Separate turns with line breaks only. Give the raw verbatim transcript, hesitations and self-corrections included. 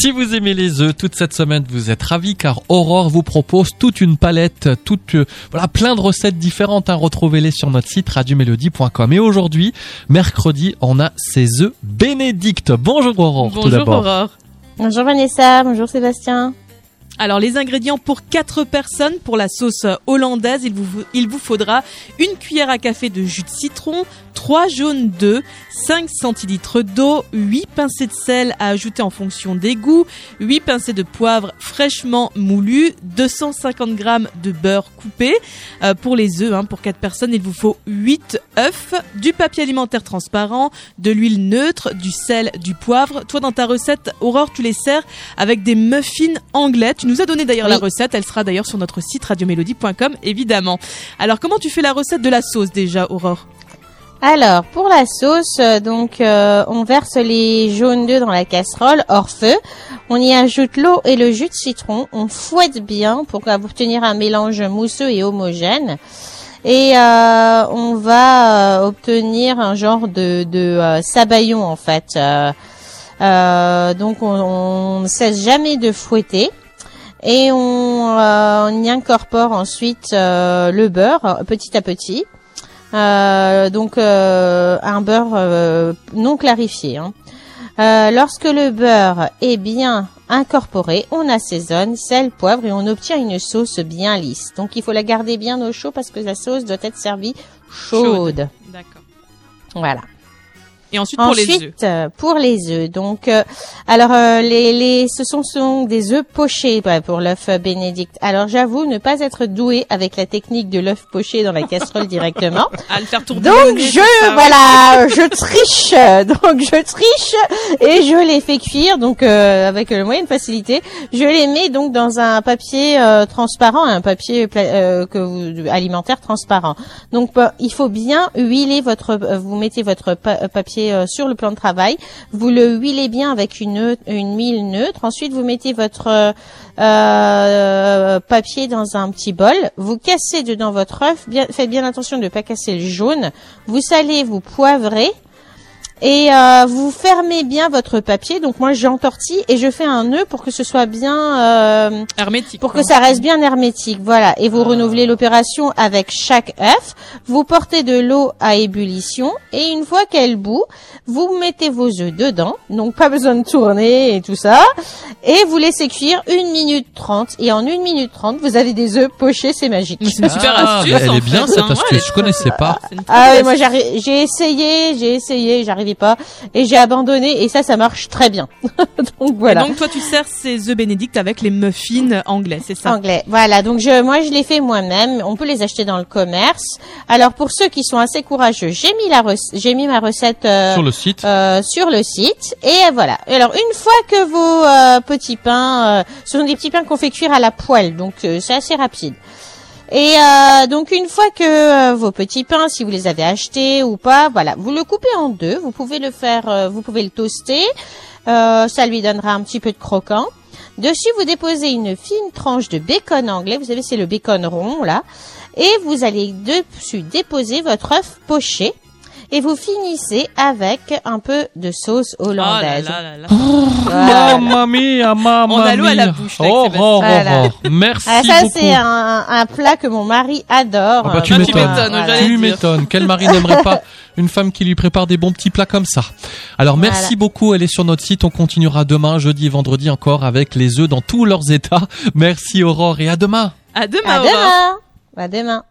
Si vous aimez les œufs, toute cette semaine, vous êtes ravis car Aurore vous propose toute une palette, toute, euh, voilà, plein de recettes différentes. Hein. Retrouvez-les sur notre site radio mélodie point com. Et aujourd'hui, mercredi, on a ces œufs Bénédicte. Bonjour Aurore.
Bonjour
tout d'abord.
Aurore.
Bonjour Vanessa, bonjour Sébastien.
Alors les ingrédients pour quatre personnes pour la sauce hollandaise, il vous, il vous faudra une cuillère à café de jus de citron, trois jaunes d'œufs, cinq centilitres d'eau, huit pincées de sel à ajouter en fonction des goûts, huit pincées de poivre fraîchement moulu, deux cent cinquante grammes de beurre coupé. Euh, pour les œufs, hein, pour quatre personnes, il vous faut huit œufs, du papier alimentaire transparent, de l'huile neutre, du sel, du poivre. Toi dans ta recette, Aurore, tu les sers avec des muffins anglais. Tu nous as donné d'ailleurs oui. la recette, elle sera d'ailleurs sur notre site radio mélodie point com évidemment. Alors comment tu fais la recette de la sauce déjà, Aurore ?
Alors pour la sauce, donc euh, on verse les jaunes d'œufs dans la casserole hors feu. On y ajoute l'eau et le jus de citron. On fouette bien pour obtenir un mélange mousseux et homogène. Et euh, on va euh, obtenir un genre de, de euh, sabayon en fait. Euh, euh, donc on ne cesse jamais de fouetter. Et on, euh, on y incorpore ensuite euh, le beurre petit à petit. Euh, donc euh, un beurre euh, non clarifié. Hein. Euh, lorsque le beurre est bien incorporé, on assaisonne, sel, poivre et on obtient une sauce bien lisse. Donc il faut la garder bien au chaud parce que la sauce doit être servie chaude. chaude.
D'accord.
Voilà.
Et ensuite pour
ensuite,
les œufs.
Euh, pour les œufs. Donc, euh, alors euh, les les ce sont, sont des œufs pochés bah, pour l'œuf Bénédicte. Alors j'avoue ne pas être douée avec la technique de l'œuf poché dans la casserole directement.
À le faire tourbillonner.
Donc je ça, voilà, ouais. je triche. Donc je triche et je les fais cuire. Donc euh, avec le moyen de facilité, je les mets donc dans un papier euh, transparent, un papier euh, que vous, alimentaire transparent. Donc bah, il faut bien huiler votre. Euh, vous mettez votre pa- papier sur le plan de travail, vous le huilez bien avec une une huile neutre. Ensuite, vous mettez votre euh, papier dans un petit bol. Vous cassez dedans votre œuf. Bien, faites bien attention de ne pas casser le jaune. Vous salez, vous poivrez. Et euh, vous fermez bien votre papier. Donc moi j'entortille et je fais un nœud pour que ce soit bien euh,
hermétique.
Pour que ça reste bien hermétique. Voilà. Et vous ah. renouvelez l'opération avec chaque œuf. Vous portez de l'eau à ébullition et une fois qu'elle bout, vous mettez vos œufs dedans. Donc pas besoin de tourner et tout ça. Et vous laissez cuire une minute trente. Et en une minute trente, vous avez des œufs pochés. C'est magique.
C'est une super
ah,
astuce.
Elle
en
est bien
fait,
cette
hein.
astuce. Ouais, je connaissais pas.
Ah oui, moi j'ai, j'ai essayé, j'ai essayé, j'arrivais pas et j'ai abandonné et ça ça marche très bien. Donc voilà.
Et donc toi tu sers ces œufs Bénédicte avec les muffins anglais, c'est ça?
Anglais. Voilà. Donc je moi je les fais moi-même, on peut les acheter dans le commerce. Alors pour ceux qui sont assez courageux, j'ai mis la rec- j'ai mis ma recette euh,
sur le site.
Euh, sur le site et voilà. Alors une fois que vos euh, petits pains euh, ce sont des petits pains qu'on fait cuire à la poêle. Donc euh, c'est assez rapide. Et euh, donc une fois que euh, vos petits pains, si vous les avez achetés ou pas, voilà, vous le coupez en deux. Vous pouvez le faire, euh, vous pouvez le toaster. Euh, ça lui donnera un petit peu de croquant. Dessus, vous déposez une fine tranche de bacon anglais. Vous savez, c'est le bacon rond là. Et vous allez dessus déposer votre œuf poché. Et vous finissez avec un peu de sauce hollandaise.
Oh là là là là.
Oh,
voilà.
Mamma mia, mamma mia.
On a l'eau à la bouche. Là,
oh, oh, oh,
voilà.
oh. Merci
ah, ça,
beaucoup.
c'est un, un plat que mon mari adore.
Ah bah, tu
Ah,
m'étonnes.
tu m'étonnes,
Voilà.
j'allais
Tu
dire.
m'étonnes. Quel mari n'aimerait pas une femme qui lui prépare des bons petits plats comme ça. Alors merci
Voilà.
beaucoup. Elle est sur notre site. On continuera demain, jeudi et vendredi encore avec les œufs dans tous leurs états. Merci Aurore et à demain.
À demain,
À
Aurore.
demain. À demain.